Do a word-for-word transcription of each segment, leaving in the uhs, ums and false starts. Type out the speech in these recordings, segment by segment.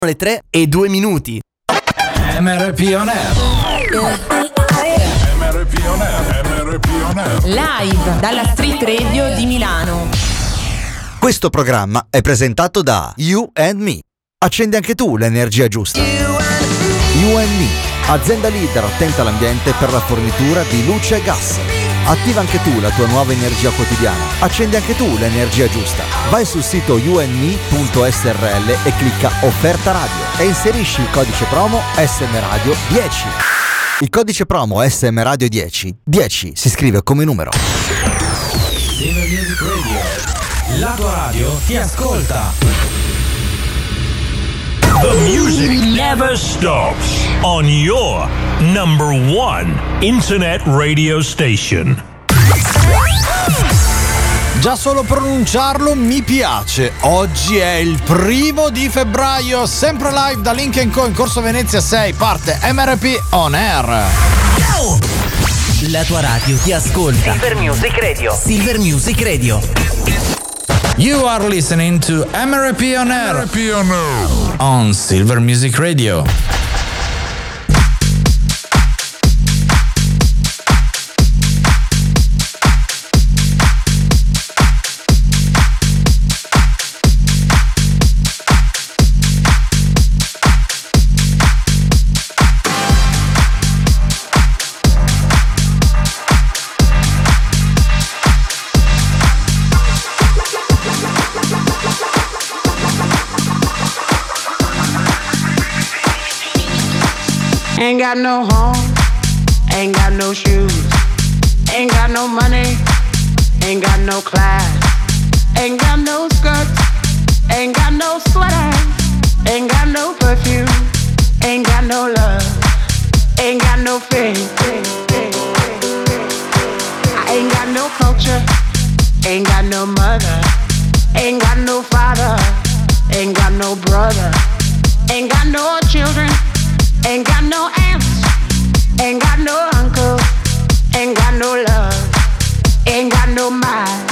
Le tre e due minuti. M R P On Air. M R P On Air. M R P On Air. Live dalla Street Radio di Milano. Questo programma è presentato da You and Me. Accendi anche tu l'energia giusta. You and Me, azienda leader attenta all'ambiente per la fornitura di luce e gas. Attiva anche tu la tua nuova energia quotidiana. Accendi anche tu l'energia giusta. Vai sul sito you and me punto s r l e clicca offerta radio e inserisci il codice promo S M Radio dieci. Il codice promo S M Radio dieci, dieci si scrive come numero. Silver Music Radio. La tua radio ti ascolta. The music never stops on your number one internet radio station. Già solo pronunciarlo mi piace. Oggi è il primo di febbraio, sempre live da Link and Co in Corso Venezia sei, parte M R P On Air. La tua radio ti ascolta. Silver Music Radio. Silver Music Radio. You are listening to M R P On Air, M R P On Air on Silver Music Radio. Ain't got no home, ain't got no shoes, ain't got no money, ain't got no class, ain't got no skirts, ain't got no sweater, ain't got no perfume, ain't got no love, ain't got no faith. I ain't got no culture, ain't got no mother, ain't got no father, ain't got no brother, ain't got no children. Ain't got no aunts, ain't got no uncles, ain't got no love, ain't got no mind.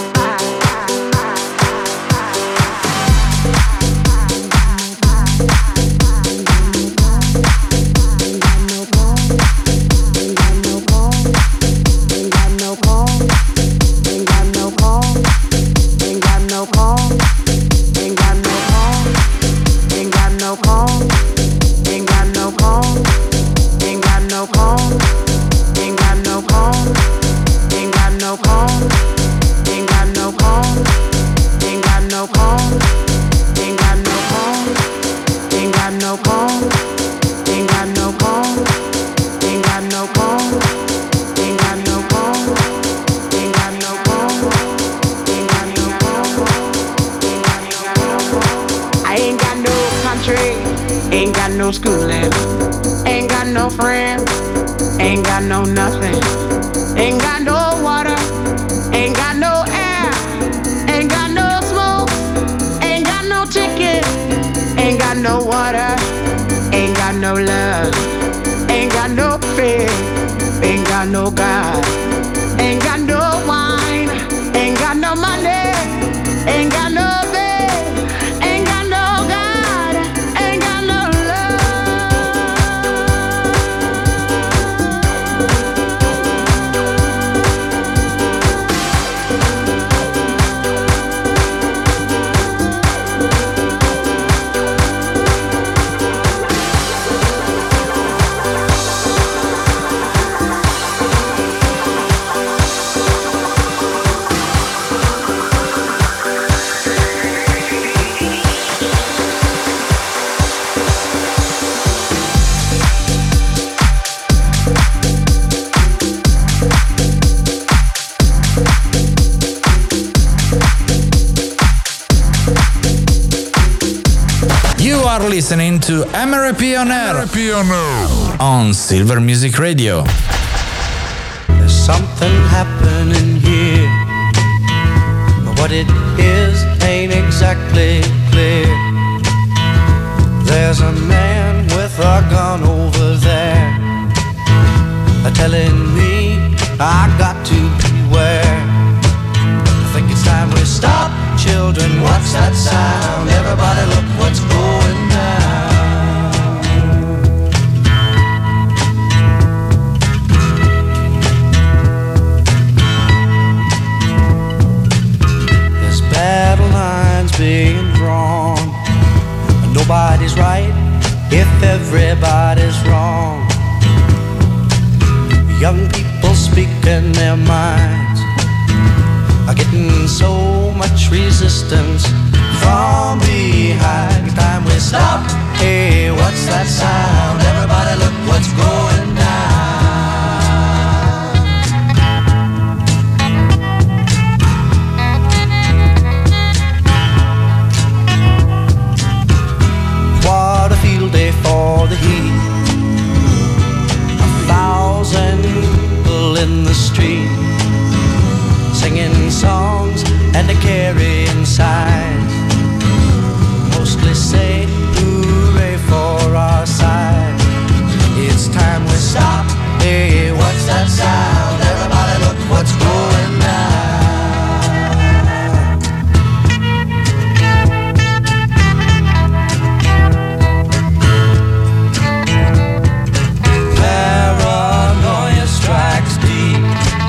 Ain't got no schooling, ain't got no friends, ain't got no nothing, ain't got no water, ain't got no air, ain't got no smoke, ain't got no ticket, ain't got no water, ain't got no love, ain't got no faith, ain't got no God, ain't got no wine, ain't got no money, ain't got no are listening to M R P On Air, M R P On Air on Silver Music Radio. There's something happening here, but what it is ain't exactly clear. There's a man with a gun over there, telling me I got to beware. I think it's time we stop, children. What's that sound? Everybody look what's going down. nobody's right if everybody's wrong. Young people speaking their minds are getting so much resistance from behind. Time we stop. Hey, what's that sound? Everybody look what's going down. What a field day for the heat. A thousand people in the street singing songs and a carrying signs. Mostly say hooray for our side. It's time we stop. Hey, what's that sound? Everybody look what's going down. Paranoia strikes deep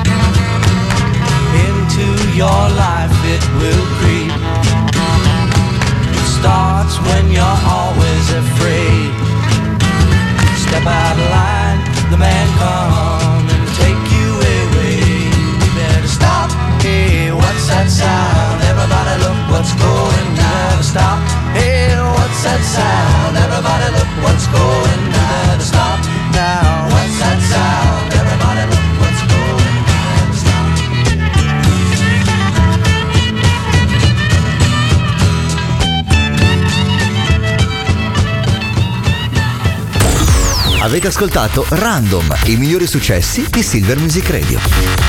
into your life, it will creep. It starts when you're always afraid. Step out of line, the man come and take you away. You better stop. Hey, what's that sound? Everybody look what's going down. Stop. Hey, what's that sound? Everybody look what's going down. Stop now. What's that sound? Everybody look what's going down. Stop. Avete ascoltato Random, i migliori successi di Silver Music Radio.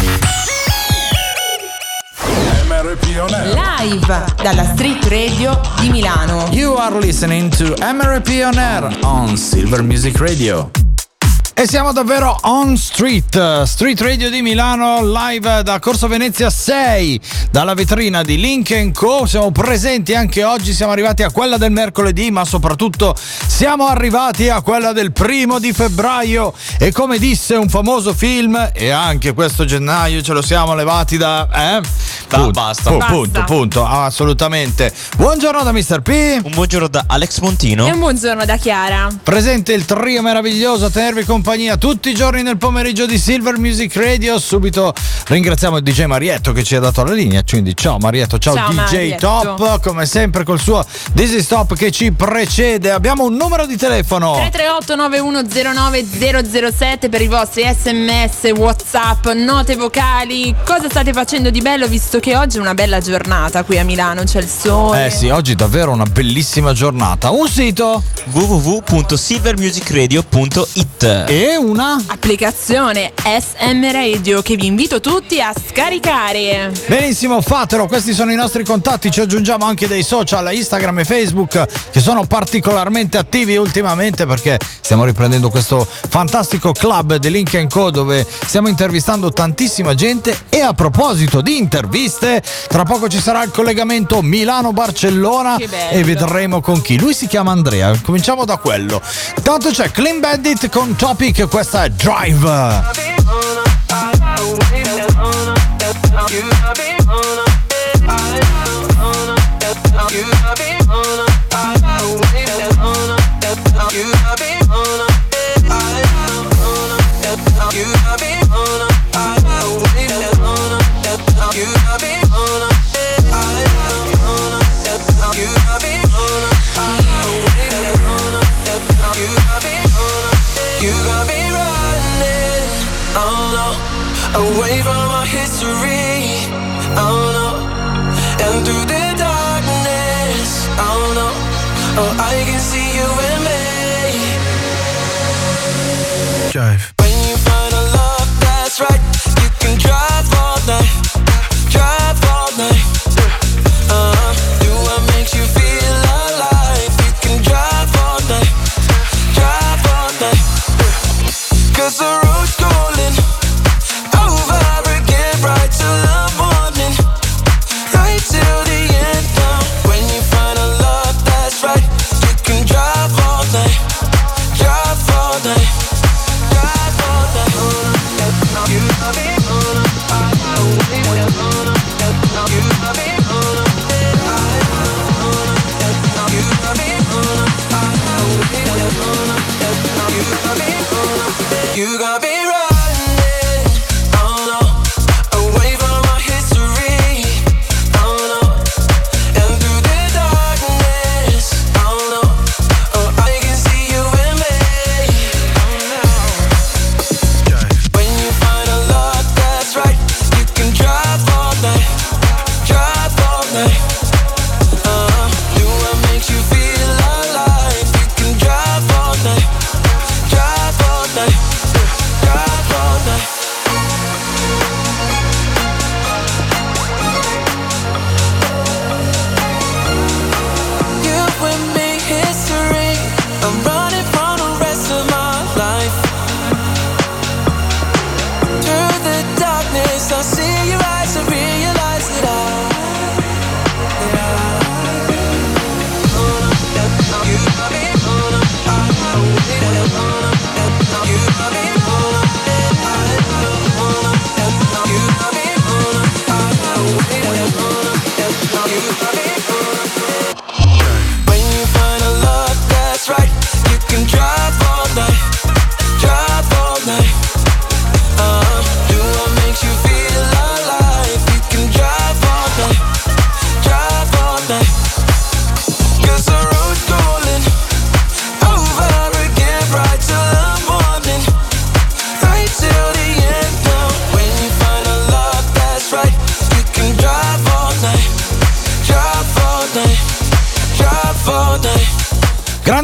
Live dalla Street Radio di Milano. You are listening to M R P On Air on Silver Music Radio. E siamo davvero on street, Street Radio di Milano, live da Corso Venezia sei, dalla vetrina di Link and Co. Siamo presenti anche oggi, siamo arrivati a quella del mercoledì, ma soprattutto siamo arrivati a quella del primo di febbraio. E come disse un famoso film, e anche questo gennaio ce lo siamo levati da... Eh? Da, basta. Punto, punto, punto, assolutamente. Buongiorno da mister P. Un buongiorno da Alex Montino. E un buongiorno da Chiara. Presente il trio meraviglioso a tenervi compagnia tutti i giorni nel pomeriggio di Silver Music Radio. Subito ringraziamo il D J Marietto che ci ha dato la linea, quindi ciao Marietto, ciao, ciao D J Marietto. Top, come sempre col suo This is Top che ci precede. Abbiamo un numero di telefono tre tre otto nove uno zero nove zero zero sette per i vostri sms, WhatsApp, note vocali. Cosa state facendo di bello, visto che oggi è una bella giornata qui a Milano, c'è il sole. Eh sì, oggi è davvero una bellissima giornata. Un sito w w w punto silver music radio punto it e una applicazione S M Radio che vi invito tutti a scaricare. Benissimo, fatelo, questi sono i nostri contatti. Ci aggiungiamo anche dei social, Instagram e Facebook, che sono particolarmente attivi ultimamente perché stiamo riprendendo questo fantastico club di Link and Co dove stiamo intervistando tantissima gente. E a proposito di interviste, tra poco ci sarà il collegamento Milano-Barcellona e vedremo con chi. Lui si chiama Andrea, cominciamo da quello. Tanto c'è Clean Bandit con Topic, questa è Drive. Away from our history, oh no, and through the darkness, oh no, oh I can see you and me. Drive. When you find a love that's right, you can drive all night, drive all night. Uh, do what makes you feel alive. You can drive all night, drive all night. 'Cause the road's calling. Over again, right till the morning, right till the end. Now, when you find a love that's right, you can drive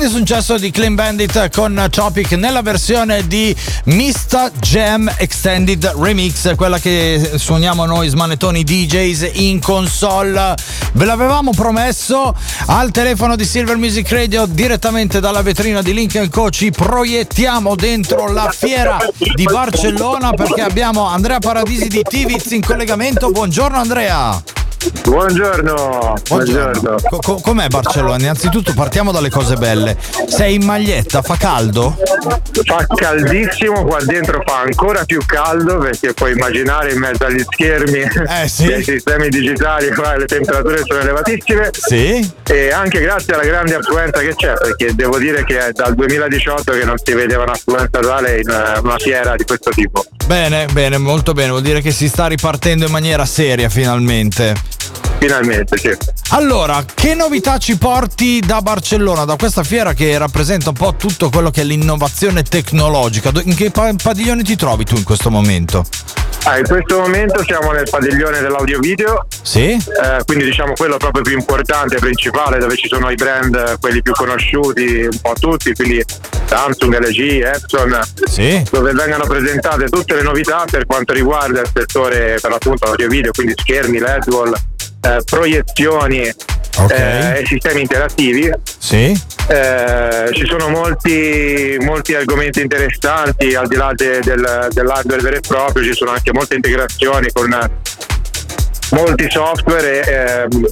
grande successo di Clean Bandit con Topic nella versione di Mista Jam Extended Remix, quella che suoniamo noi smanettoni D Js in console. Ve l'avevamo promesso. Al telefono di Silver Music Radio, direttamente dalla vetrina di Link and Co, ci proiettiamo dentro la fiera di Barcellona, perché abbiamo Andrea Paradisi di Tiviz in collegamento. Buongiorno Andrea. Buongiorno, buongiorno. Co- com'è Barcellona? Innanzitutto partiamo dalle cose belle. Sei in maglietta, fa caldo? Fa caldissimo, qua dentro fa ancora più caldo, perché puoi immaginare in mezzo agli schermi eh, sì. dei sistemi digitali qua le temperature sono elevatissime. Sì. E anche grazie alla grande affluenza che c'è, perché devo dire che è dal duemiladiciotto che non si vedeva un'affluenza totale in una fiera di questo tipo. Bene, bene, molto bene, vuol dire che si sta ripartendo in maniera seria finalmente. Finalmente, sì. Allora, che novità ci porti da Barcellona, da questa fiera che rappresenta un po' tutto quello che è l'innovazione tecnologica? In che padiglione ti trovi tu in questo momento? Ah, in questo momento siamo nel padiglione dell'audio video. Sì. Eh, quindi diciamo quello proprio più importante, principale, dove ci sono i brand, quelli più conosciuti un po' tutti, quindi Samsung, L G, Epson, sì. Dove vengono presentate tutte le novità per quanto riguarda il settore per l'appunto audio video, quindi schermi, L E D wall, eh, proiezioni, okay. eh, e sistemi interattivi. Sì. Eh, ci sono molti molti argomenti interessanti al di là de, del, dell'hardware vero e proprio, ci sono anche molte integrazioni con molti software e ehm,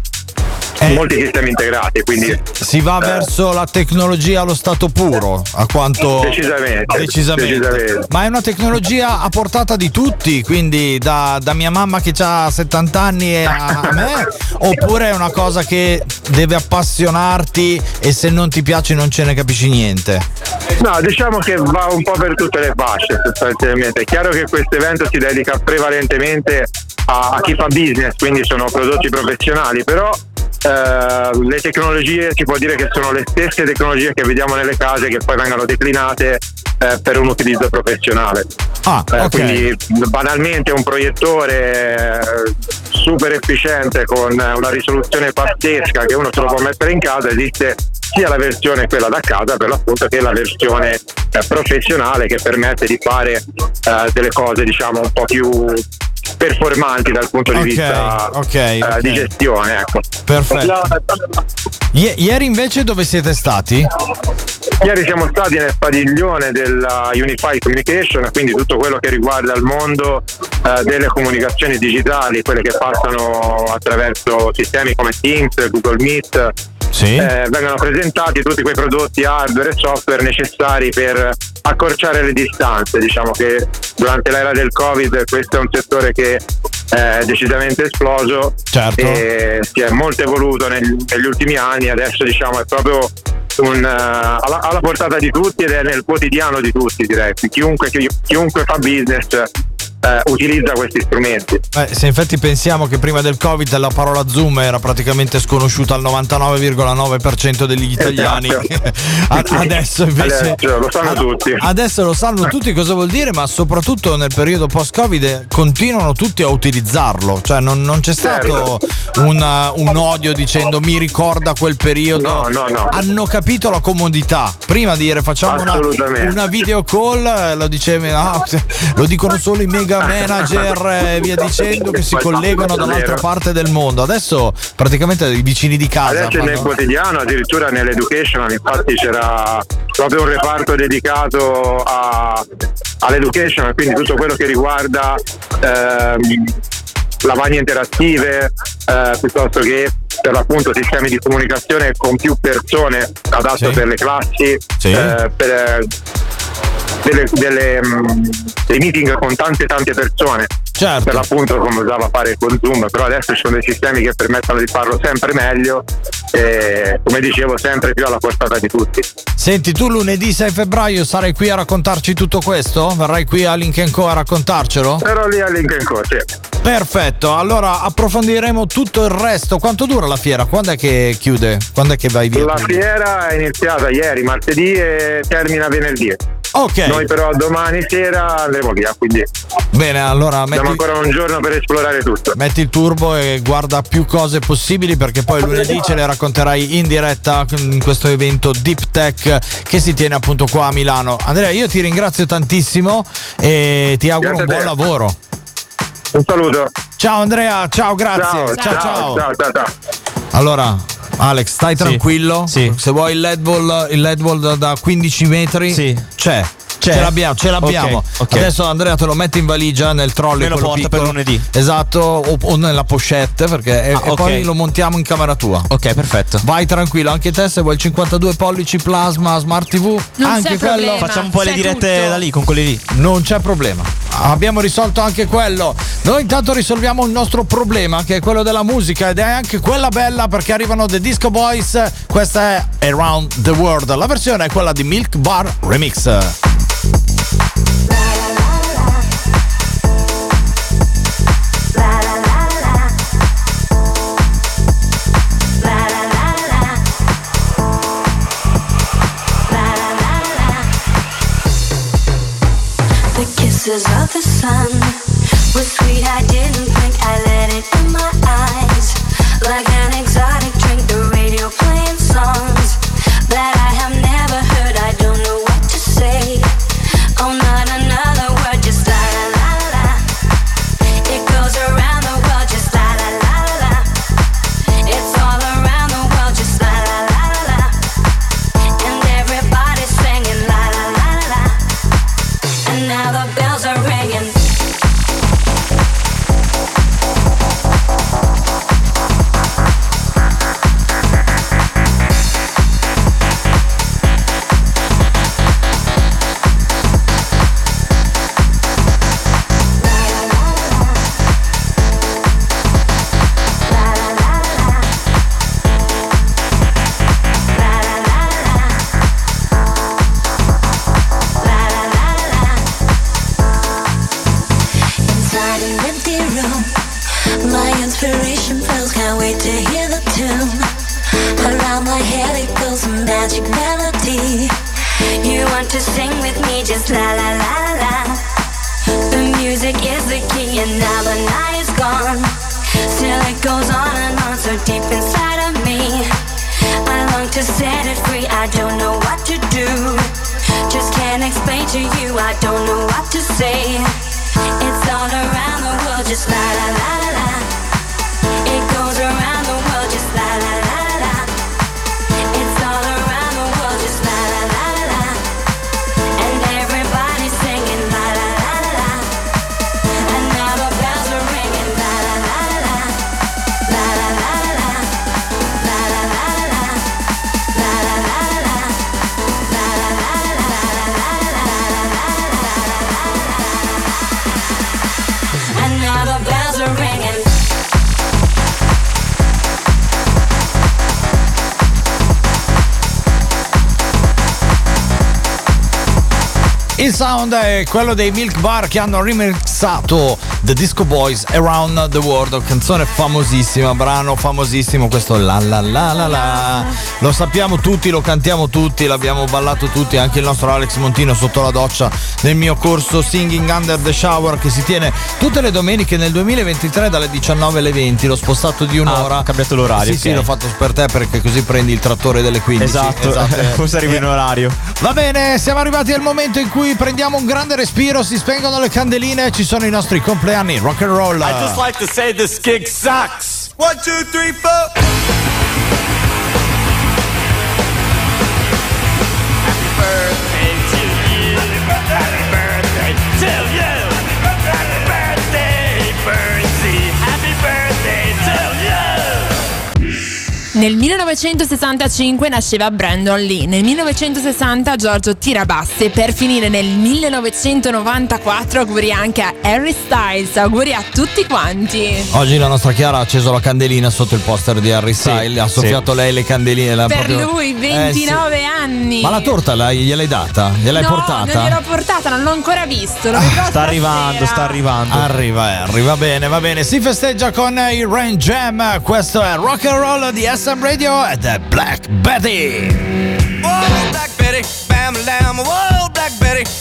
eh, molti sistemi integrati, quindi si, si va eh, verso la tecnologia allo stato puro, a quanto decisamente, decisamente. decisamente. Ma è una tecnologia a portata di tutti, quindi da, da mia mamma che ha settanta anni e a, a me, oppure è una cosa che deve appassionarti e se non ti piace non ce ne capisci niente? No, diciamo che va un po' per tutte le fasce sostanzialmente. È chiaro che questo evento si dedica prevalentemente a, a chi fa business, quindi sono prodotti professionali, però Uh, le tecnologie si può dire che sono le stesse tecnologie che vediamo nelle case, che poi vengono declinate uh, per un utilizzo professionale. Ah, uh, okay. Quindi banalmente un proiettore uh, super efficiente con una risoluzione pazzesca che uno se lo può mettere in casa. Esiste sia la versione quella da casa per l'appunto che la versione uh, professionale, che permette di fare uh, delle cose diciamo un po' più performanti dal punto di okay, vista okay, uh, okay. di gestione, ecco. Perfetto. I- ieri invece dove siete stati? Ieri siamo stati nel padiglione della Unified Communication, quindi tutto quello che riguarda il mondo uh, delle comunicazioni digitali, quelle che passano attraverso sistemi come Teams, Google Meet. Sì. Eh, vengono presentati tutti quei prodotti hardware e software necessari per accorciare le distanze. Diciamo che durante l'era del Covid questo è un settore che è decisamente esploso, certo. E si è molto evoluto negli, negli ultimi anni. Adesso diciamo è proprio un, uh, alla, alla portata di tutti ed è nel quotidiano di tutti, direi. Chiunque, chiunque fa business Uh, utilizza questi strumenti. Beh, se infatti pensiamo che prima del Covid la parola Zoom era praticamente sconosciuta al novantanove virgola nove per cento degli italiani, esatto. Adesso invece adesso lo sanno tutti. Adesso lo sanno tutti cosa vuol dire, ma soprattutto nel periodo post-Covid continuano tutti a utilizzarlo, cioè non, non c'è stato certo. un, un odio dicendo mi ricorda quel periodo. No, no, no. Hanno capito la comodità. Prima di dire facciamo una, una video call, lo dicevi, no, lo dicono solo i mega manager e via dicendo, che si collegano dall'altra parte del mondo. Adesso praticamente i vicini di casa adesso fanno... nel quotidiano, addirittura nell'education, infatti c'era proprio un reparto dedicato a, all'education, quindi tutto quello che riguarda ehm, lavagne interattive, eh, piuttosto che per l'appunto sistemi di comunicazione con più persone, adatto sì. per le classi, sì. eh, per delle, delle, um, dei meeting con tante tante persone, certo. per l'appunto come usava fare con Zoom, però adesso ci sono dei sistemi che permettono di farlo sempre meglio e, come dicevo, sempre più alla portata di tutti. Senti, tu lunedì sei febbraio sarai qui a raccontarci tutto questo? Verrai qui a Link and Co a raccontarcelo? Sarò lì a Link and Co, sì. Perfetto, allora approfondiremo tutto il resto. Quanto dura la fiera? Quando è che chiude? Quando è che vai via? La fiera è iniziata ieri, martedì, e termina venerdì. Ok. Noi però domani sera andremo via, quindi bene, allora metti, abbiamo ancora un giorno per esplorare tutto. metti il turbo e guarda più cose possibili, perché poi lunedì ce le racconterai in diretta in questo evento Deep Tech che si tiene appunto qua a Milano. Andrea, io ti ringrazio tantissimo e ti auguro Grazie un buon lavoro. Un saluto. Ciao Andrea, ciao, grazie. Ciao, ciao, ciao, ciao, ciao, ciao. Allora, Alex, stai Sì. tranquillo. Sì. Se vuoi il L E D ball, il L E D ball da, da quindici metri, Sì. c'è. C'è? Ce l'abbiamo, ce l'abbiamo. Ok, ok. Adesso Andrea te lo metti in valigia nel trolley, Me lo quello porta piccolo. per lunedì. Esatto, o, o nella pochette, perché e, Ah, e ok. poi lo montiamo in camera tua. Ok, perfetto. Vai tranquillo, anche te se vuoi il cinquantadue pollici plasma Smart tivù, Non anche c'è quello. problema. Facciamo un po' le C'è dirette tutto. da lì, con quelli lì. Non c'è problema. Abbiamo risolto anche quello. Noi intanto risolviamo il nostro problema, che è quello della musica, ed è anche quella bella, perché arrivano The Disco Boys. Questa è Around the World. La versione è quella di Milk Bar Remix. The kisses of the sun were sweet, I didn't blink, I let it in my eyes. Like an exotic drink, the radio playing songs that I have never heard, I don't know what to say. Oh, not another word, just la la la la. It goes around the world, just la la la la. It's all around the world, just la la la la. And everybody's singing la la la la. And now the bells are ringing. Inside an empty room, my inspiration flows, can't wait to hear the tune. Around my head it goes a magic melody. You want to sing with me, just la la la la. The music is the key and now the night is gone. Still it goes on and on so deep inside of me. I long to set it free, I don't know what to do. Just can't explain to you, I don't know what to say. It's all around the world, just la la la la la. It goes around the world, just la la la la la. It's all around the world, just la la la la la. And everybody's singing la la la la la. And now the bells are ringing la la la la la. La la la la la. La la la la la. La la la la la. La la la la la. And now the bells are ringing. Il sound è quello dei Milk Bar, che hanno remixato The Disco Boys Around the World, canzone famosissima, brano famosissimo, questo la la la la la. Lo sappiamo tutti, lo cantiamo tutti, l'abbiamo ballato tutti, anche il nostro Alex Montino sotto la doccia nel mio corso Singing Under the Shower, che si tiene tutte le domeniche nel duemilaventitré dalle diciannove alle venti. L'ho spostato di un'ora. Ah, ho cambiato l'orario. Sì, ok. sì, l'ho fatto per te, perché così prendi il trattore delle quindici. Esatto, forse arrivi in orario. Va bene, siamo arrivati al momento in cui prendiamo un grande respiro, si spengono le candeline, ci sono i nostri compleanni rock and roll. I just like to say this gig sucks. One, two, three, four. Happy birthday to you. Happy birthday to you. Happy birthday, Bertie. Happy birthday to you. Nel millenovecentosessantacinque nasceva Brandon Lee, nel millenovecentosessanta Giorgio Tirabassi, per finire nel millenovecentonovantaquattro auguri anche a Harry Styles, auguri a tutti quanti. Oggi la nostra Chiara ha acceso la candelina sotto il poster di Harry Styles, ha soffiato sì. lei le candeline. l'ha Per proprio- lui ventinove anni. Ma la torta l'hai, gliel'hai data? Gliel'hai no, portata? non gliel'ho portata, non l'ho ancora visto. Lo vedrò Sta arrivando, stasera. sta arrivando. Arriva Harry, va bene, va bene. Si festeggia con il Rain Jam. Questo è Rock and Roll di S M Radio ed è Black Betty. Whoa, Black Betty, bam, lamb. Whoa, Black Betty,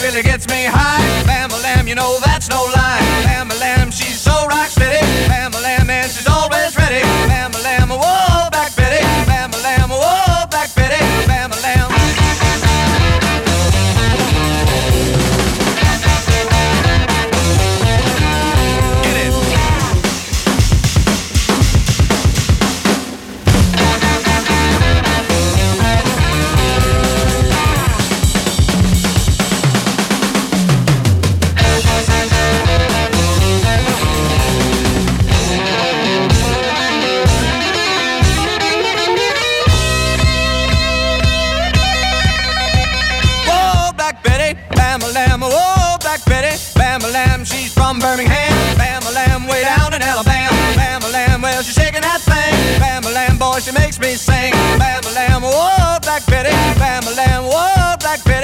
really gets me high. Bam-a-lam, you know that's no lie. Bam-a-lam, she's so rock steady. Bam-a-lam, and she's always ready. Bam-a-lam, whoa, Black Betty. Bam-a-lam, whoa, Black Betty. Bam-a-lam. Bam-a-lam, oh, Black Betty. Bam-a-lam, she's from Birmingham. Bam-a-lam, way down in Alabama. Bam-a-lam, well, she's shaking that thing. Bam-a-lam, boy, she makes me sing. Bam-a-lam, oh, Black Betty. Bam-a-lam, oh, Black Betty.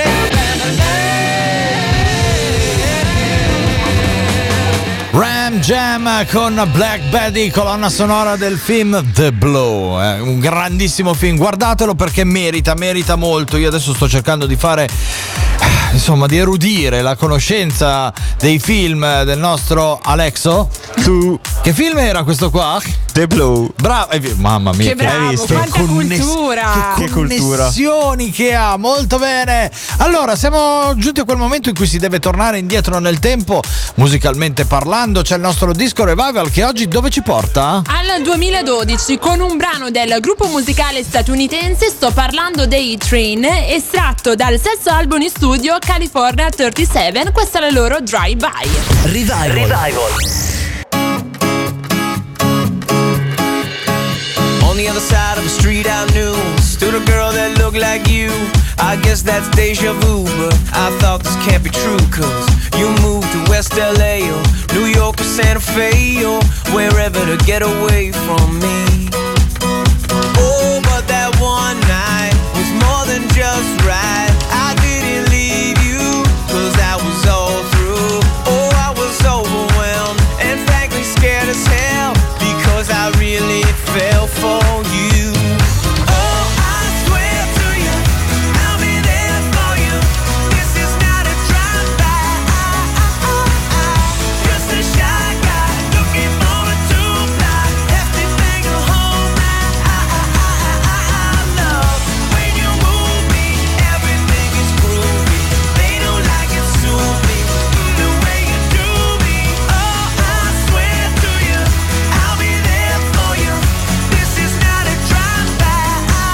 Ram Jam con Black Betty, colonna sonora del film The Blow, eh, un grandissimo film, guardatelo perché merita, merita molto. Io adesso sto cercando di fare, insomma, di erudire la conoscenza dei film del nostro Alexo. Tu che film era questo qua? The Blow. Bravo, eh, mamma mia, che bravo, hai visto? quanta Conness- cultura. Che connessioni che ha, molto bene. Allora, siamo giunti a quel momento in cui si deve tornare indietro nel tempo, musicalmente parlando. C'è il nostro disco revival che oggi dove ci porta? Al duemiladodici con un brano del gruppo musicale statunitense, sto parlando dei Train, estratto dal sesto album in studio California trentasette. Questa è la loro Drive By Revival. Revival. On the other side of the street I knew stood a girl that looked like you. I guess that's deja vu, but I thought this can't be true, cause you moved to West L A or New York or Santa Fe or wherever to get away from me. Oh, but that one night was more than just right. I didn't leave you, cause I was all through. Oh, I was overwhelmed and frankly scared as hell, because I really fell for you. Oh, I swear to you, I'll be there for you. This is not a drive-by. Just a shy guy looking for a two-fly. Hefty thing to hold my love. When you move me, everything is groovy. They don't like it, sue me the way you do me. Oh, I swear to you, I'll be there for you. This is not a drive-by.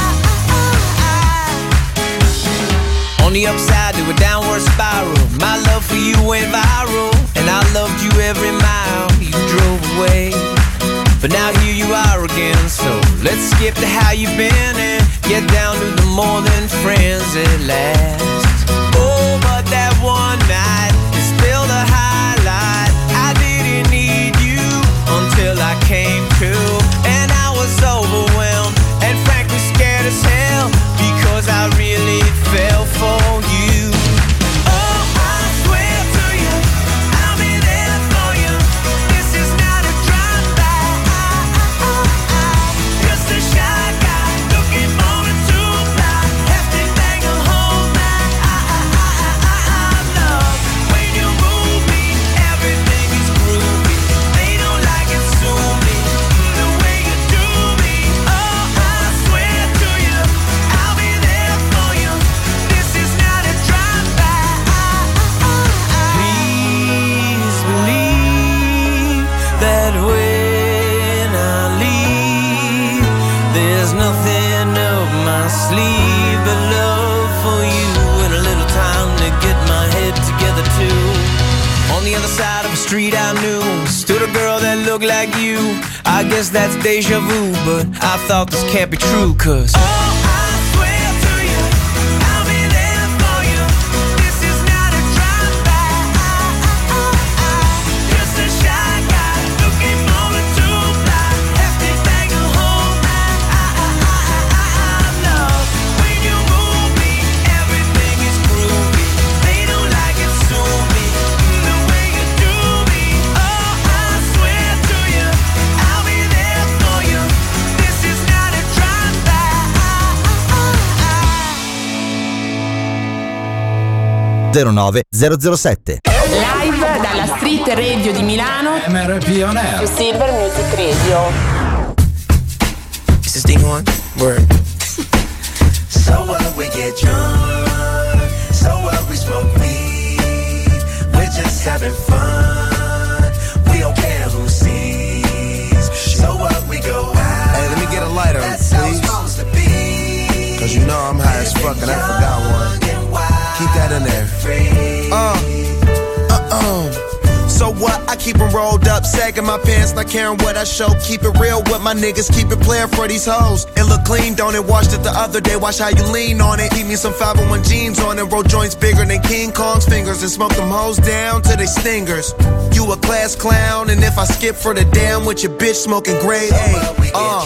On the upside to a downward spiral, my love for you went viral, and I loved you every mile you drove away. But now here you are again, so let's skip to how you've been and get down to the more than friends at last. Oh, but that one night is still the highlight. I didn't need you until I came to, and I was overwhelmed and frankly scared as hell, because I really fell for you. Oh, I swear to you, I'll be there for you. This is not a drive-by. Just a shy guy looking for a two-fly. Hefty thing to hold my love. When you move me, everything is groovy. They don't like it, sue me the way you do me. Oh, I swear to you, I'll be there for you. This is not a drive-by. Please believe that when I leave, there's nothing up my sleeve but love for you and a little time to get my head together too. On the other side of the street I knew stood a girl that looked like you. I guess that's deja vu, but I thought this can't be true, cause oh, I swear to you, I'll be there for you. This is not a drive-by. Just a shy guy looking for a two-fly. Hefty thing to hold my love. When you move me, everything is groovy. They don't like it, sue me the way you do me. Oh, I swear to you, I'll be there for you. This is not a drive-by. zero nove zero zero sette. Live dalla Street Radio di Milano, M R P On Air. su Silver Music Radio. Is this thing on? Word. So what, we get drunk. So what, we smoke weed. We're just having fun. We don't care who sees. So what, we go out. Hey, let me get a lighter, That's please. how it's supposed to be. Cause you know I'm high as fuck and I forgot one. Keep that in there. Uh, uh-uh. So what? I keep them rolled up, sagging my pants, not caring what I show. Keep it real with my niggas, keep it playing for these hoes. It look clean, don't it? Washed it the other day, watch how you lean on it. Keep me some five oh one jeans on and roll joints bigger than King Kong's fingers. And smoke them hoes down to they stingers. You a class clown, and if I skip for the damn with your bitch smoking grade A. Uh.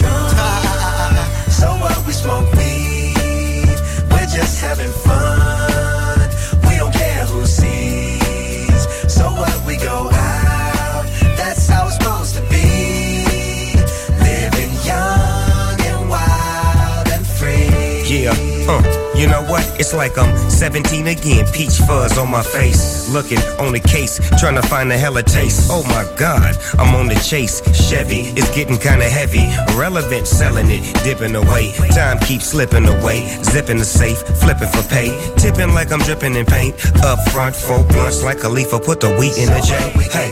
So what, we smoke weed. We're just having fun. We don't care who sees. So what, we go out. That's how it's supposed to be. Living young and wild and free. Yeah, uh, you know what? It's like I'm seventeen again, peach fuzz on my face. Looking on the case, trying to find a hella taste. Oh my God, I'm on the chase. Chevy, it's getting kinda heavy. Relevant, selling it, dipping away. Time keeps slipping away. Zipping the safe, flipping for pay. Tipping like I'm dripping in paint. Up front, four blunts like a leaf, put the wheat in the J. Hey.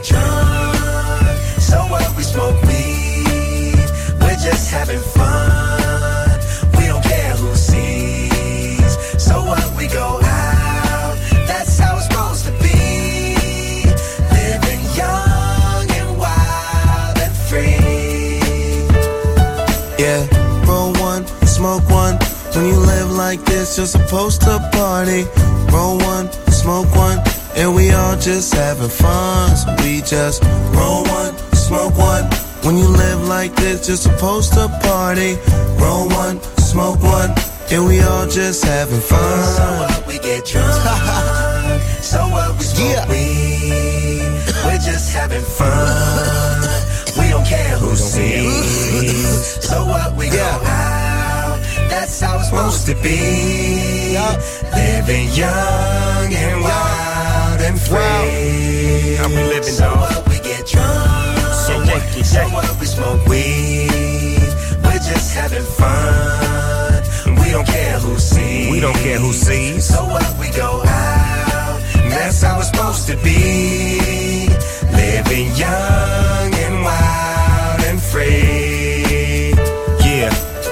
So what, we smoke weed. We're just having fun. We don't care who sees. So what, we go out. That's how it's supposed to be. Living young and wild and free. Yeah, roll one, smoke one. When you live like this, you're supposed to party. Roll one, smoke one, and we all just having fun. So we just roll one, smoke one. When you live like this, you're supposed to party. Roll one, smoke one, and we all just having fun. So what, we get drunk. So what, we smoke yeah. weed. We're just having fun. We don't care who sees. So what, we go out. That's how it's supposed to be. Living young and wild and free. How we living, so dog? What, we get drunk. So what, so what, we smoke weed. We're just having fun. We don't care who sees. We don't care who sees. So what, we go out. That's how it's supposed to be. Living young and wild and free. Yeah.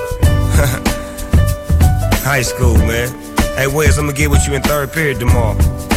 High school, man. Hey, Wes, I'm gonna get with you in third period tomorrow.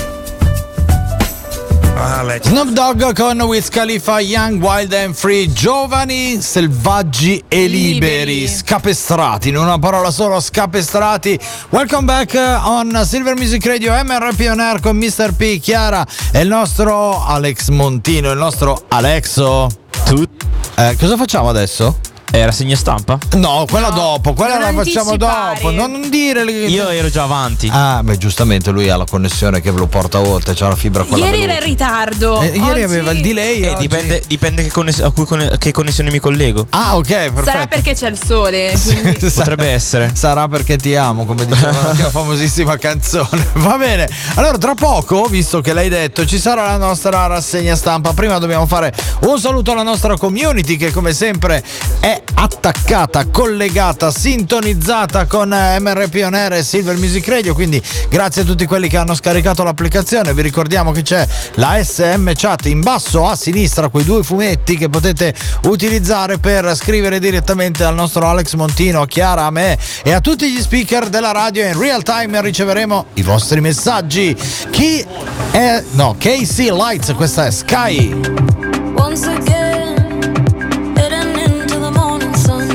I'll holla at you. Snoop Dogg con Wiz Khalifa, Young, Wild and Free, giovani, selvaggi e liberi, Liberi. scapestrati, in una parola solo, scapestrati. Welcome back on Silver Music Radio, M R P On Air con mister P, Chiara e il nostro Alex Montino, il nostro Alexo. Tu? Eh, cosa facciamo adesso? È rassegna stampa? No, quella No, dopo, quella non la facciamo anticipare. dopo. Non, non dire le- Io ero già avanti. Ah, beh, giustamente lui ha la connessione che ve lo porta oltre, c'ha la fibra quella Ieri era veloce. in ritardo. Eh, ieri Oggi- aveva il delay. Eh, oggi- dipende dipende che, conness- a cui conne- che connessione mi collego. Ah, ok, perfetto. Sarà perché c'è il sole. quindi- Potrebbe essere. Sarà perché ti amo, come diceva una famosissima canzone. Va bene. Allora, tra poco, visto che l'hai detto, ci sarà la nostra rassegna stampa. Prima dobbiamo fare un saluto alla nostra community che come sempre è attaccata, collegata, sintonizzata con M R P On Air e Silver Music Radio. Quindi grazie a tutti quelli che hanno scaricato l'applicazione. Vi ricordiamo che c'è la S M Chat in basso a sinistra, quei due fumetti che potete utilizzare per scrivere direttamente al nostro Alex Montino, a Chiara, a me e a tutti gli speaker della radio. In real time riceveremo i vostri messaggi. Chi è? No, K C Lights, questa è Sky. Once again, heading into the morning sun.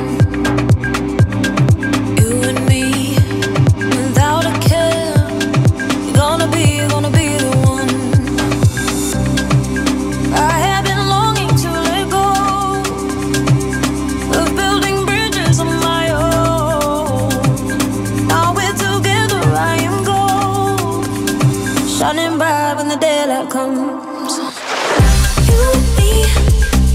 You and me, without a care. You're gonna be, you're gonna be the one. I have been longing to let go of building bridges on my own. Now we're together, I am gold, shining bright when the daylight comes. You and me,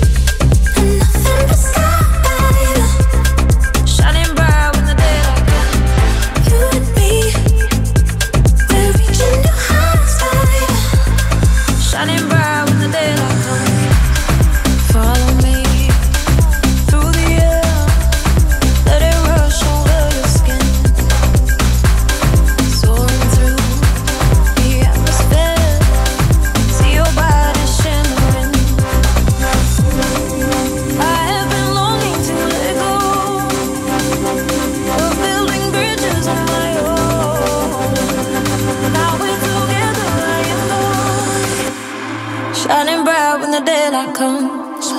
daylight comes. Follow me through the air, let it rush over your skin, soaring through the atmosphere. See your body shimmering. I have been longing to let go of building bridges on my own. Now we're together, I am known, shining bright when the daylight comes.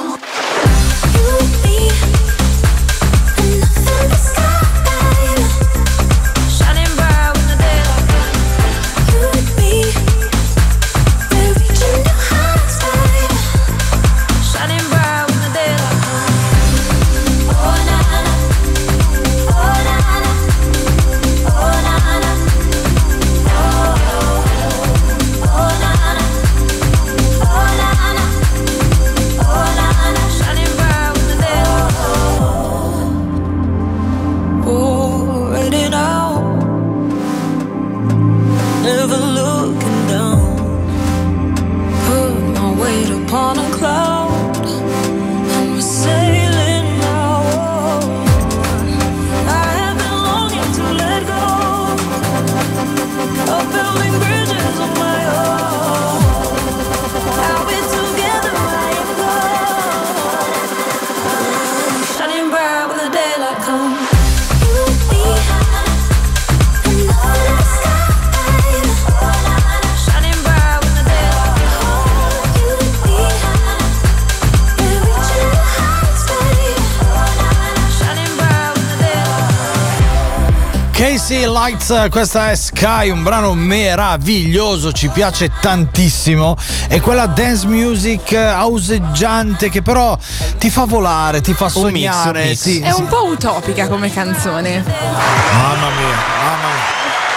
Casey Lights, questa è Sky, un brano meraviglioso, ci piace tantissimo. È quella dance music auseggiante che però ti fa volare, ti fa sognare. Un mix, un mix. Sì, è sì. un po' utopica come canzone. Mamma mia, mamma mia.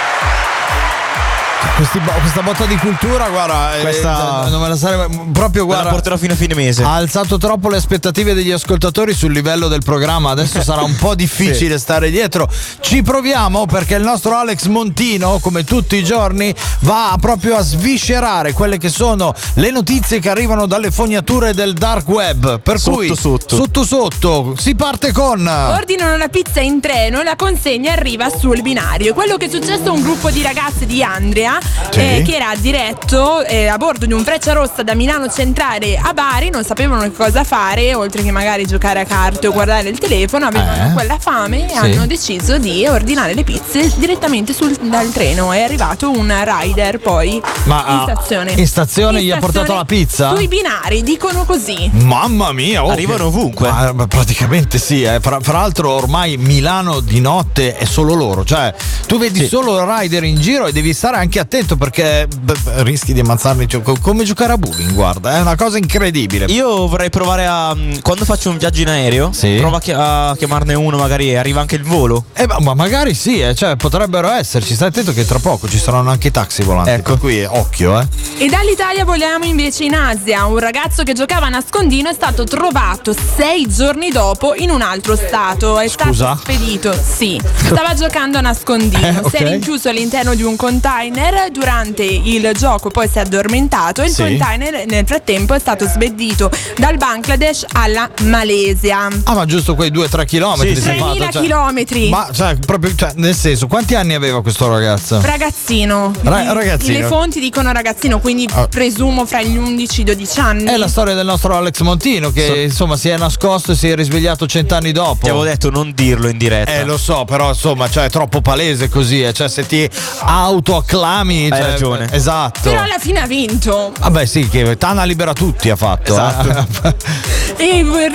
Questi, questa botta di cultura, guarda, questa eh, non me la sarebbe proprio, guarda, la porterò fino a fine mese. Ha alzato troppo le aspettative degli ascoltatori sul livello del programma. Adesso sarà un po' difficile sì. stare dietro. Ci proviamo, perché il nostro Alex Montino, come tutti i giorni, va proprio a sviscerare quelle che sono le notizie che arrivano dalle fognature del dark web. Per sotto, cui sotto sotto sotto si parte con ordinano la pizza in treno, la consegna arriva sul binario. Quello che è successo a un gruppo di ragazze di Andria, sì. eh, che era diretto eh, a bordo di un Frecciarossa da Milano Centrale a Bari, non sapevano che cosa fare, oltre che magari giocare a carte o guardare il telefono, avevano eh. quella fame e sì. hanno deciso di ordinare le pizze direttamente sul, dal treno. È arrivato un rider poi Ma, in stazione. In stazione in gli ha portato la pizza? Sui binari, dicono così. Mamma mia, oh, arrivano ovunque. Ma, ma praticamente sì, eh. fra, fra l'altro ormai Milano di notte è solo loro, cioè tu vedi sì. solo rider in giro e devi stare anche attento, perché beh, rischi di ammazzarli, cioè, come giocare a bowling, guarda, è una cosa incredibile. Io vorrei provare a, quando faccio un viaggio in aereo, sì. prova a, chi- a chiamarne uno, magari arriva anche il volo. Eh, ma, ma magari sì, eh, cioè potrebbero esserci, stai attento che tra poco ci saranno anche i taxi volanti, ecco. Per cui occhio, eh. E dall'Italia vogliamo invece in Asia. Un ragazzo che giocava a nascondino è stato trovato sei giorni dopo in un altro stato. È Scusa? stato spedito, sì, stava giocando a nascondino, eh, okay. si era rinchiuso all'interno di un container. Durante il gioco poi si è addormentato e il sì. container nel frattempo è stato spedito dal Bangladesh alla Malesia. Ah, ma giusto quei due tre chilometri sì, tremila cioè, chilometri. Ma cioè proprio, cioè, nel senso, quanti anni aveva questo ragazzo? Ragazzino. Ra- ragazzino. Le fonti dicono ragazzino, quindi oh. presumo fra gli undici dodici anni. È la storia del nostro Alex Montino che so. insomma si è nascosto e si è risvegliato cent'anni dopo. Ti avevo detto non dirlo in diretta. Eh lo so, però insomma, cioè è troppo palese così, eh. Cioè se ti autoacclami, hai cioè, ragione. Esatto. Però alla fine ha vinto. Vabbè sì, che Tana libera tutti ha fatto. Esatto. Eh.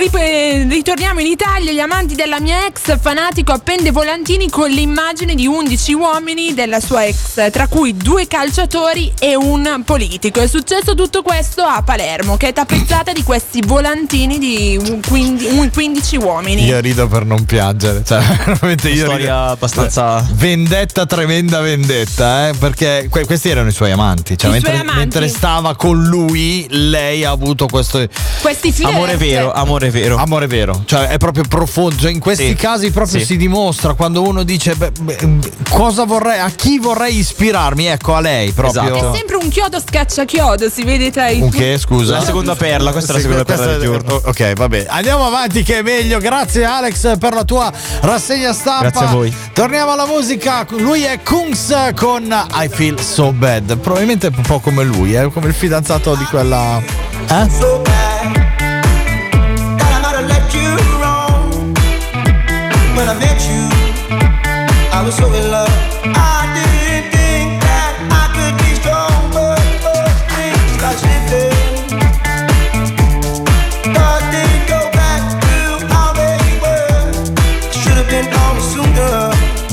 E ritorniamo in Italia. Gli amanti della mia ex, fanatico appende volantini con l'immagine di undici uomini della sua ex, tra cui due calciatori e un politico. È successo tutto questo a Palermo, che è tappezzata di questi volantini di quindici uomini. Io rido per non piangere, cioè veramente io storia rido. abbastanza vendetta, tremenda vendetta, eh? Perché que- questi erano i suoi amanti, cioè I mentre, suoi amanti. mentre stava con lui lei ha avuto questo questi flirt, amore vero. vero, amore vero. Amore vero, cioè è proprio profondo. Cioè, in questi Sì. casi proprio Sì. si dimostra quando uno dice beh, beh, cosa vorrei, a chi vorrei ispirarmi, ecco a lei proprio. Esatto. È sempre un chiodo scaccia chiodo, si vede tra i Un che, scusa? La seconda perla, questa è la Sì, seconda questa perla del è- giorno. Ok, vabbè. Andiamo avanti che è meglio. Grazie Alex per la tua rassegna stampa. Grazie a voi. Torniamo alla musica. Lui è Kungs con I Feel So Bad. Probabilmente è un po' come lui, è come il fidanzato di quella. Eh? So bad that I might have left you wrong. When I met you, I was so in love. I didn't think that I could be strong, but, but things got slipping. Thought they'd go back to how they were. Should have been gone sooner.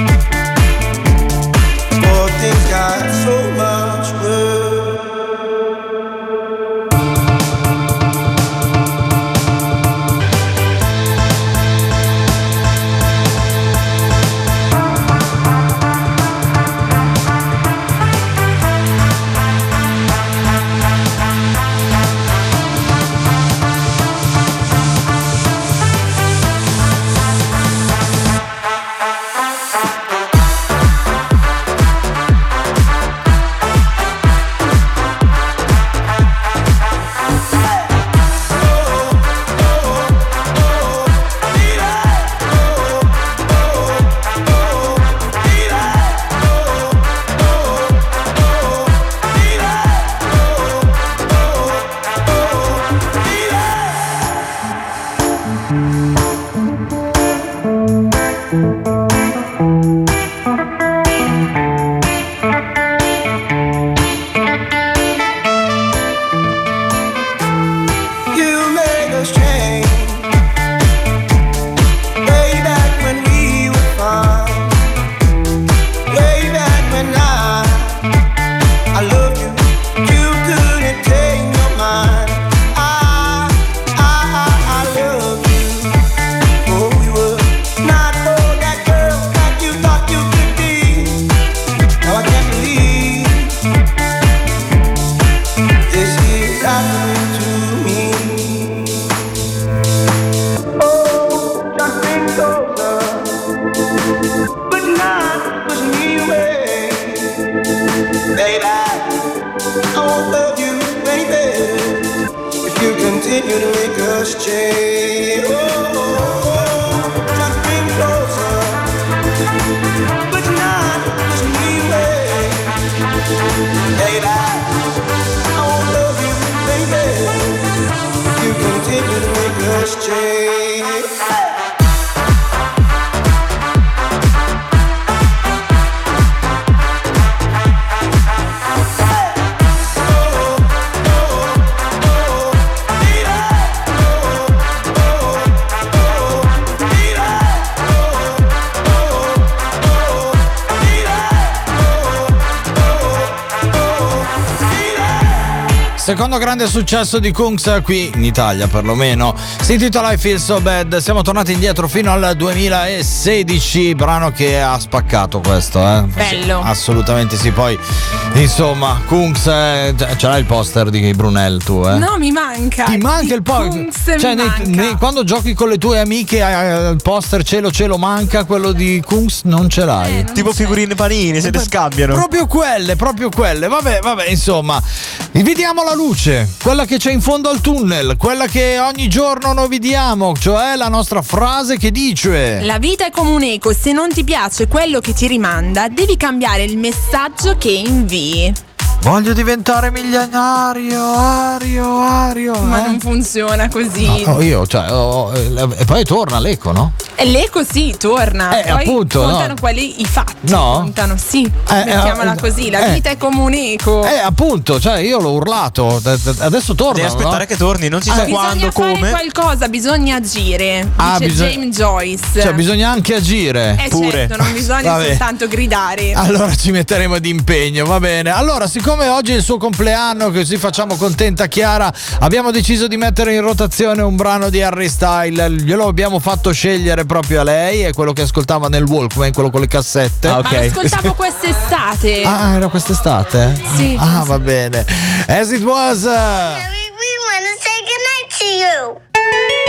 But things got so much worse. You made us change. Way back when we were fine. Way back when I, I loved you. You couldn't take your mind. I, I, I, I love you. Oh, we were not for that girl that you thought you could be. Now I can't believe this is happening to me. Oh, nothing goes up, but not push me away. Baby, I won't love you any better if you continue to make us change. Oh, nothing goes up, but not push me away. Baby, I won't love you any better if you continue to make us change. Secondo grande successo di Kungs qui in Italia perlomeno, si intitola I Feel So Bad. Siamo tornati indietro fino al duemilasedici, brano che ha spaccato questo, eh? Bello. Sì, assolutamente sì. Poi insomma Kungs, eh, ce l'hai il poster di Brunel tu, eh? No, mi manca. Ti manca il poster? Kungs Cioè, mi nei- manca. nei- quando giochi con le tue amiche eh, il poster cielo cielo manca, quello di Kungs non ce l'hai. Eh, Tipo figurine panini, se ne scambiano. Proprio quelle, proprio quelle. Vabbè, vabbè, insomma, vediamo la luce, quella che c'è in fondo al tunnel, quella che ogni giorno noi vediamo, cioè la nostra frase che dice: La vita è come un eco, se non ti piace quello che ti rimanda, devi cambiare il messaggio che invii. voglio diventare miliardario, ario, ario. Ma eh? non funziona così. No, io, cioè, oh, eh, e poi torna l'eco, no? E l'eco sì, torna. Eh, Poi appunto, contano no. quelli i fatti. No? Contano, sì. Eh, Mettiamola eh, così, la eh. vita è come un eco. Eh, appunto, cioè io l'ho urlato, d- d- adesso torna. Devi aspettare no? che torni, non si sa Bisogna quando, fare come. qualcosa, bisogna agire. Ah, dice bisogna- James Joyce. Cioè, bisogna anche agire. Eh pure. certo, non bisogna Vabbè. soltanto gridare. Allora ci metteremo d'impegno, va bene. Allora, siccome oggi è il suo compleanno, così facciamo contenta Chiara, abbiamo deciso di mettere in rotazione un brano di Harry Styles. Glielo abbiamo fatto scegliere proprio a lei, è quello che ascoltava nel Walkman, quello con le cassette. Ma lo ascoltavo quest'estate. Ah, era quest'estate? Sì. Ah, va bene. As it was. uh, We want to say goodnight to you.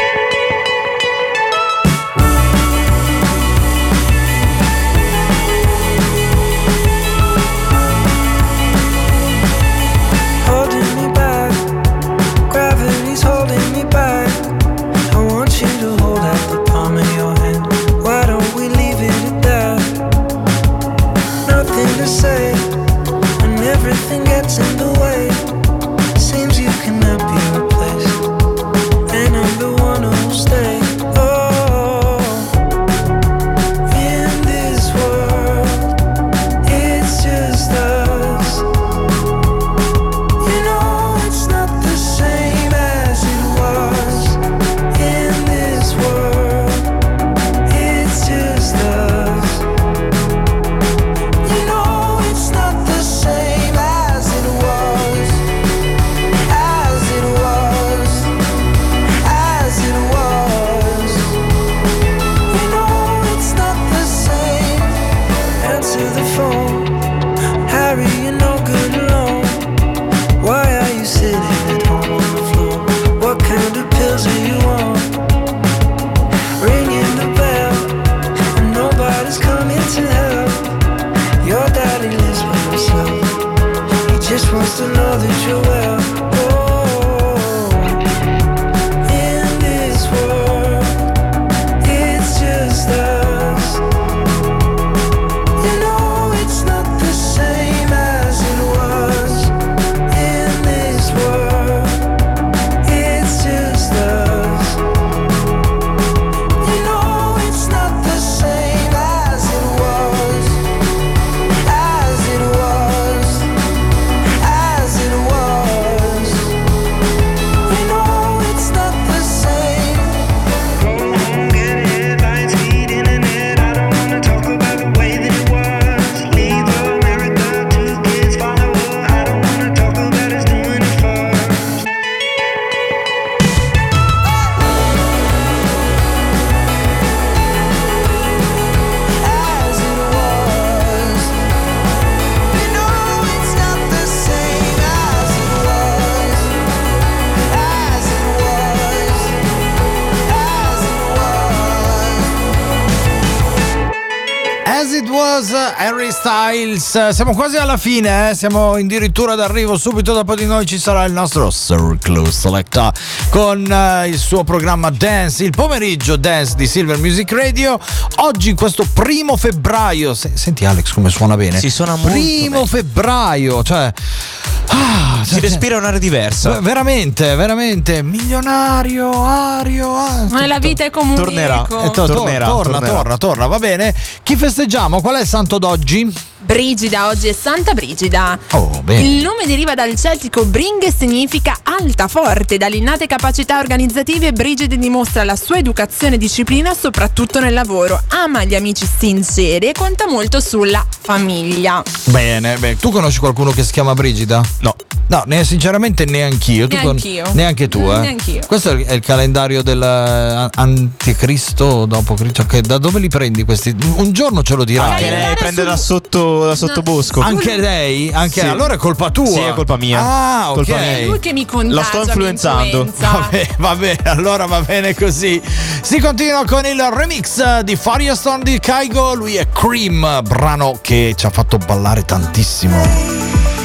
As It Was, Harry Styles. Siamo quasi alla fine, eh? Siamo addirittura d'arrivo. Subito dopo di noi ci sarà il nostro Circle Selecta con uh, il suo programma Dance, il pomeriggio Dance di Silver Music Radio. Oggi in questo primo febbraio, se, senti Alex come suona bene. Si suona molto Primo bene. febbraio, cioè ah, si respira un'aria diversa. Veramente, veramente milionario, ario. Ah, Ma la vita è come un tornerà. eco. Eh, to- to- Tornerà, torna, tornerà. torna, torna, va bene. Chi festeggiamo? Qual è il santo d'oggi? Brigida, oggi è Santa Brigida. Oh, bene. Il nome deriva dal celtico Bring e significa alta, forte. Dalle innate capacità organizzative, Brigida dimostra la sua educazione e disciplina soprattutto nel lavoro. Ama gli amici sinceri e conta molto sulla famiglia. Bene, bene. Tu conosci qualcuno che si chiama Brigida? No. No, ne, sinceramente neanch'io. Tu Neanch'io. Neanche tu, eh? Neanch'io. Questo è il, è il calendario dell'anticristo o dopo Cristo. Che, da dove li prendi questi? Un giorno ce lo dirai. Anche lei prende da sotto, da sotto bosco. Anche lei? Anche Sì. Allora è colpa tua. Sì, è colpa mia. Ah, ok. Colpa mia. È lui che mi contagia. La sto influenzando. mi influenza. Vabbè, vabbè, allora va bene così. Si continua con il remix di Firestone di Kygo. Lui è Cream, brano che ci ha fatto ballare tantissimo.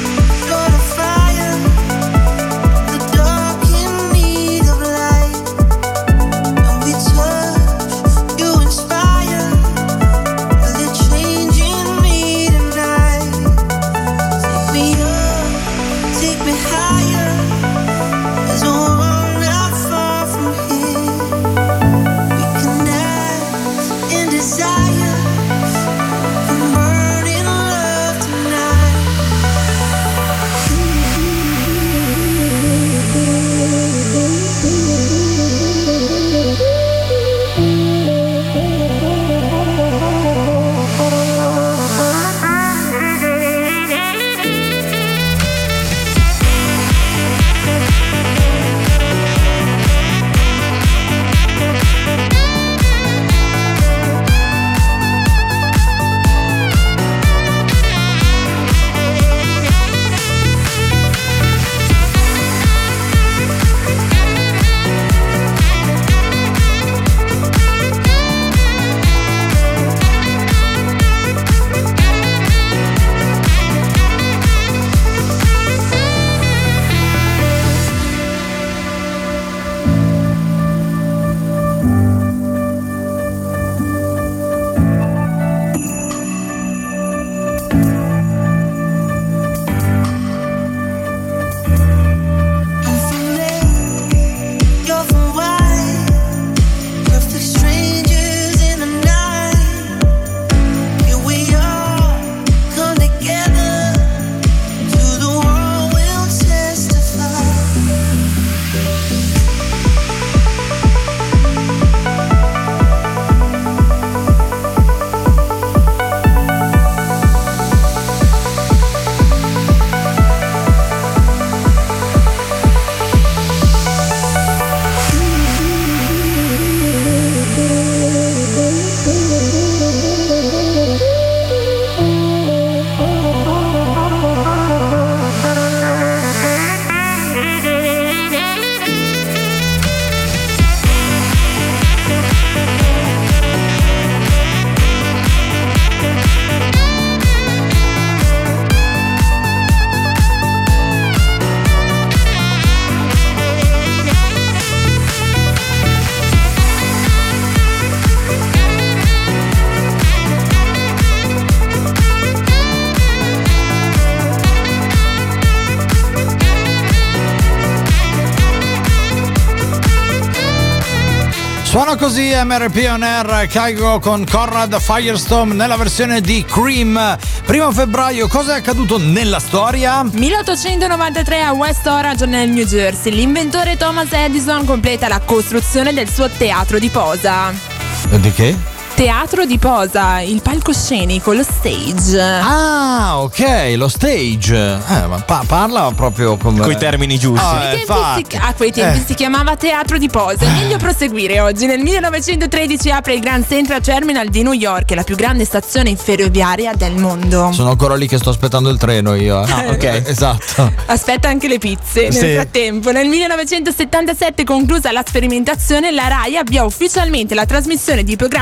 Suona così M R P On Air, Kygo con Conrad Firestone nella versione di Cream. Primo febbraio, cosa è accaduto nella storia? milleottocentonovantatré a West Orange nel New Jersey, l'inventore Thomas Edison completa la costruzione del suo teatro di posa. Di che? Teatro di posa, il palcoscenico, lo stage. Ah, ok, lo stage. Eh, ma pa- parla proprio come coi termini giusti. Ah, A quei eh, tempi, si, a quei tempi eh. si chiamava teatro di posa. È meglio proseguire oggi. Nel millenovecentotredici apre il Grand Central Terminal di New York, la più grande stazione ferroviaria del mondo. Sono ancora lì che sto aspettando il treno io. Ah, ok, esatto. Aspetta anche le pizze. Nel Sì. frattempo, nel millenovecentosettantasette, conclusa la sperimentazione, la RAI avvia ufficialmente la trasmissione di programmi televisivi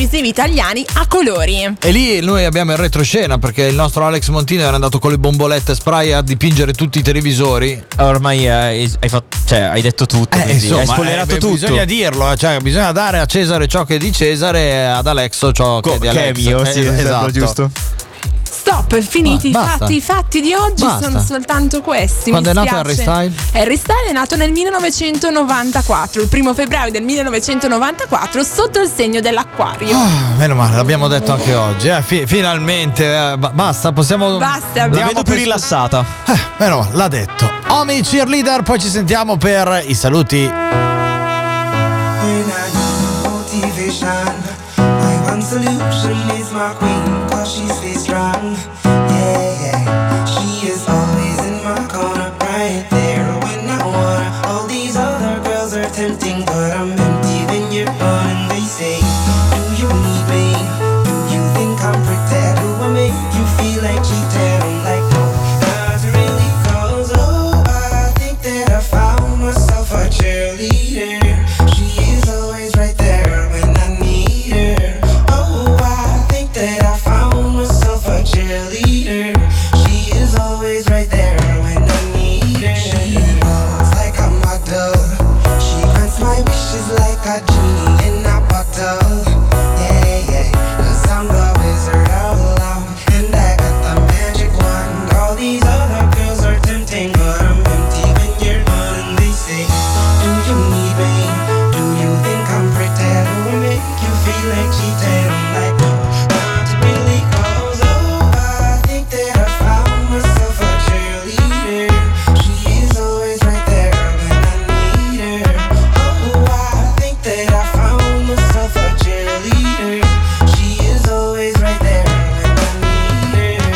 televisivi italiani a colori. E lì noi abbiamo il retroscena perché il nostro Alex Montino era andato con le bombolette spray a dipingere tutti i televisori. Ormai hai, hai, fatto, cioè, hai detto tutto, Eh, quindi insomma, hai spoilerato eh, tutto. Bisogna dirlo, eh, cioè bisogna dare a Cesare ciò che è di Cesare e ad Alexo ciò che Co- è di che Alex. è mio, sì, Eh, esatto, giusto. Stop, finiti Ba- i basta. fatti. I fatti di oggi Basta. sono soltanto questi. Quando mi è nato spiace. Harry Styles? Harry Styles è nato nel millenovecentonovantaquattro, il primo febbraio del millenovecentonovantaquattro, sotto il segno dell'Acquario. Ah, meno male, l'abbiamo detto anche oggi. Eh, fi- finalmente, eh, ba- basta, possiamo. Basta, La vedo più rilassata. Eh, meno male, l'ha detto. Omi cheerleader, poi ci sentiamo per i saluti. When I need motivation, my one solution is my queen, cause she stays strong. Yeah, yeah. She is always in my corner, right there when I want her. All these other girls are tempting, but I'm empty when you're gone. And they say, do you need me? Do you think I'm pretend? Do I make you feel like cheating? I'm like, no, not really, cause oh, I think that I found myself a cheerleader. She is always right there when I need her. Oh, I think that I found myself a cheerleader. She is always right there when I need her. She walks like a model. She grants my wishes like a genie in a bottle. Yeah, yeah, cause I'm the wizard of love, and I got the magic wand. All these other girls are tempting, but I'm empty when you're gone. And they say, do you need me? Do you think I'm pretend? Do I make you feel like cheating? I'm like, no, not really, cause oh, I think that I found myself a cheerleader. She is always right there when I need her. Oh, I think that I found myself a cheerleader. She is always right there when I need her.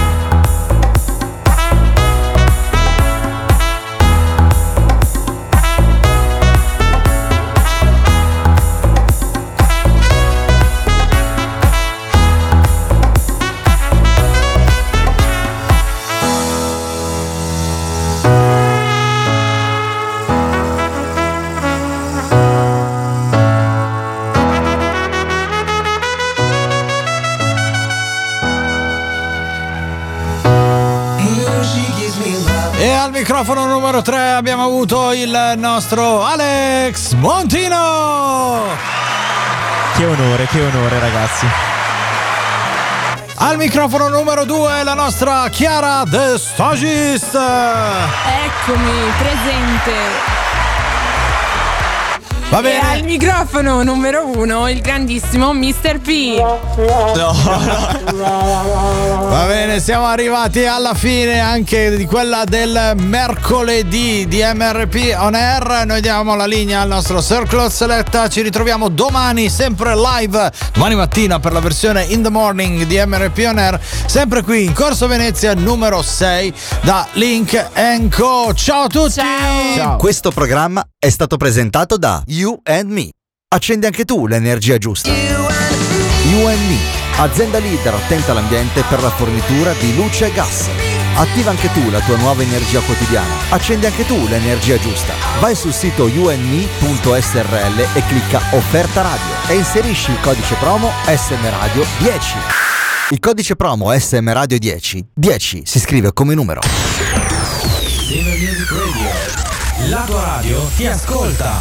Mm, she gives me love. E al microfono numero tre abbiamo avuto il nostro Alex Montino. Che onore, che onore, ragazzi. Al microfono numero due la nostra Chiara The Stagist. Eccomi, presente. Va E bene. al microfono numero uno il grandissimo mister P. Va bene, siamo arrivati alla fine anche di quella del mercoledì di M R P On Air. Noi diamo la linea al nostro Circle Select. Ci ritroviamo domani sempre live, domani mattina per la versione In The Morning di M R P On Air, sempre qui in Corso Venezia numero sei da Link and Co. Ciao a tutti. Ciao. Questo programma è stato presentato da You and Me. Accendi anche tu l'energia giusta. You and Me, azienda leader attenta all'ambiente per la fornitura di luce e gas. Attiva anche tu la tua nuova energia quotidiana. Accendi anche tu l'energia giusta. Vai sul sito you and me punto s r l e clicca offerta radio e inserisci il codice promo S M Radio dieci. Il codice promo S M Radio dieci, dieci si scrive come numero. Silver Music Radio. La tua radio ti ascolta.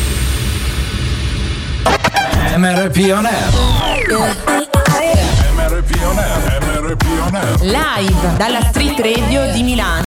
M R P On Air. Live dalla Street Radio di Milano.